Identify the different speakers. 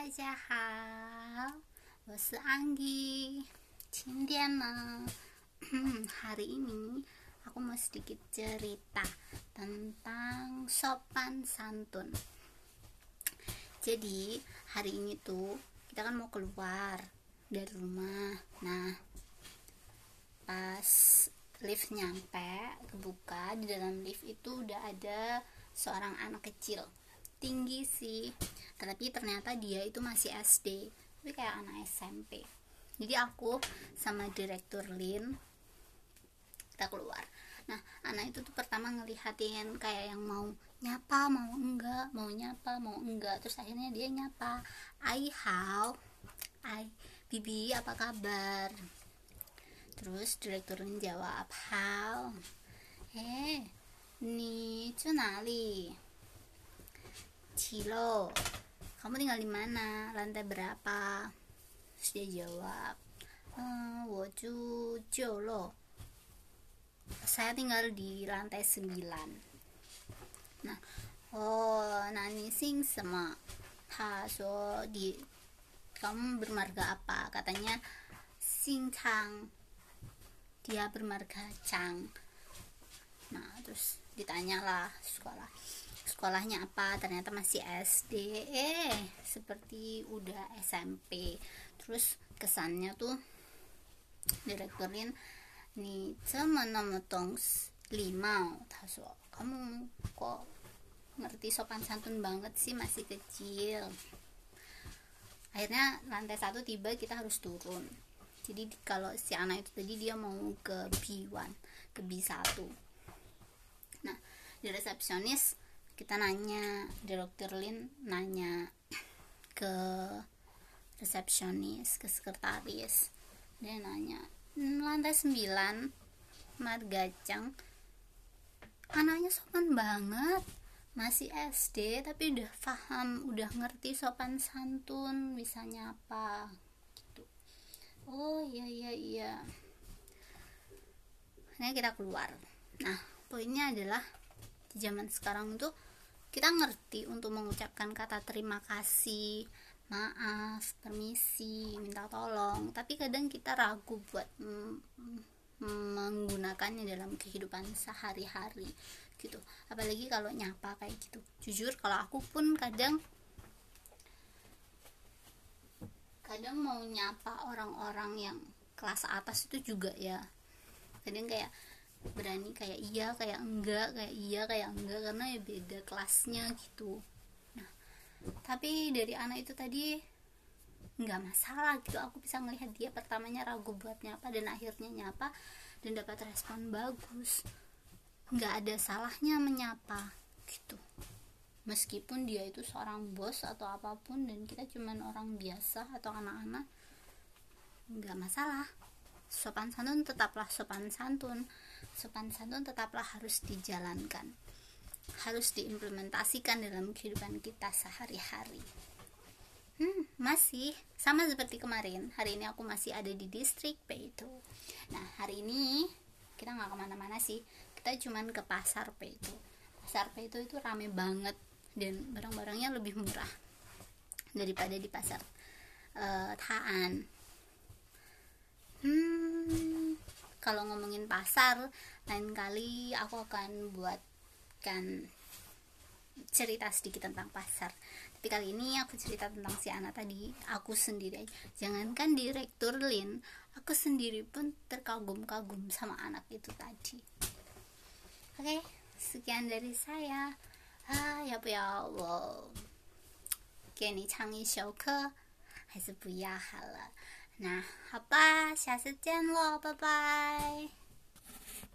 Speaker 1: 大家好，我是 Anggi. 今天呢hari ini aku mau sedikit cerita tentang sopan santun. Jadi hari ini tuh kita kan mau keluar dari rumah. Nah, pas lift nyampe, kebuka, di dalam lift itu udah ada seorang anak kecil, tinggi sih, tapi ternyata dia itu masih SD, tapi kayak anak SMP. Jadi aku sama direktur Lin kita keluar. Nah, anak itu tuh pertama ngelihatin kayak yang mau nyapa mau enggak, mau nyapa mau enggak, terus akhirnya dia nyapa, "Ai hao, ai bibi, apa kabar?" Terus direktur Lin jawab, "Hao, ni zu nali? Cilo, kamu tinggal di mana? Lantai berapa?" Terus dia jawab, "Woju Jolo, saya tinggal di lantai 9. Nah, nani sing sama, so di kamu bermarga apa? Katanya sing Chang, dia bermarga Chang. Nah, terus ditanyalah sekolahnya apa, ternyata masih SD, seperti udah SMP. Terus kesannya tuh direkturin nih cemenomotong 5, kamu kok ngerti sopan santun banget sih, masih kecil. Akhirnya lantai 1 tiba, kita harus turun. Jadi kalau si anak itu tadi dia mau ke B1, ke B1. Nah, di resepsionis kita nanya, direktur Lin nanya ke resepsionis, ke sekretaris. Dia nanya, "Lantai 9 Margacang, anaknya sopan banget, masih SD tapi udah paham, udah ngerti sopan santun, bisa nyapa." Gitu. Oh iya. Akhirnya kita keluar. Nah, poinnya adalah di zaman sekarang tuh kita ngerti untuk mengucapkan kata terima kasih, maaf, permisi, minta tolong, tapi kadang kita ragu buat menggunakannya dalam kehidupan sehari-hari gitu. Apalagi kalau nyapa kayak gitu. Jujur kalau aku pun kadang mau nyapa orang-orang yang kelas atas itu juga ya, kadang kayak berani kayak iya kayak enggak, kayak iya kayak enggak, karena ya beda kelasnya gitu. Nah, tapi dari anak itu tadi nggak masalah gitu, aku bisa ngelihat dia pertamanya ragu buat nyapa dan akhirnya nyapa dan dapat respon bagus. Nggak ada salahnya menyapa gitu, meskipun dia itu seorang bos atau apapun dan kita cuman orang biasa atau anak-anak, nggak masalah. Sopan santun tetaplah sopan santun. Sopan santun tetaplah harus dijalankan, harus diimplementasikan dalam kehidupan kita sehari-hari. Masih sama seperti kemarin. Hari ini aku masih ada di distrik Peitou. Nah, hari ini kita nggak kemana-mana sih, kita cuman ke pasar Peitou. Pasar Peitou itu rame banget dan barang-barangnya lebih murah daripada di pasar Taan. Kalau ngomongin pasar, lain kali aku akan buatkan cerita sedikit tentang pasar. Tapi kali ini aku cerita tentang si anak tadi. Aku sendiri aja, jangankan direktur Lin, aku sendiri pun terkagum-kagum sama anak itu tadi. Oke, sekian dari saya.要不要我给你唱一首歌，还是不要好了？那好吧，下次见咯，拜拜。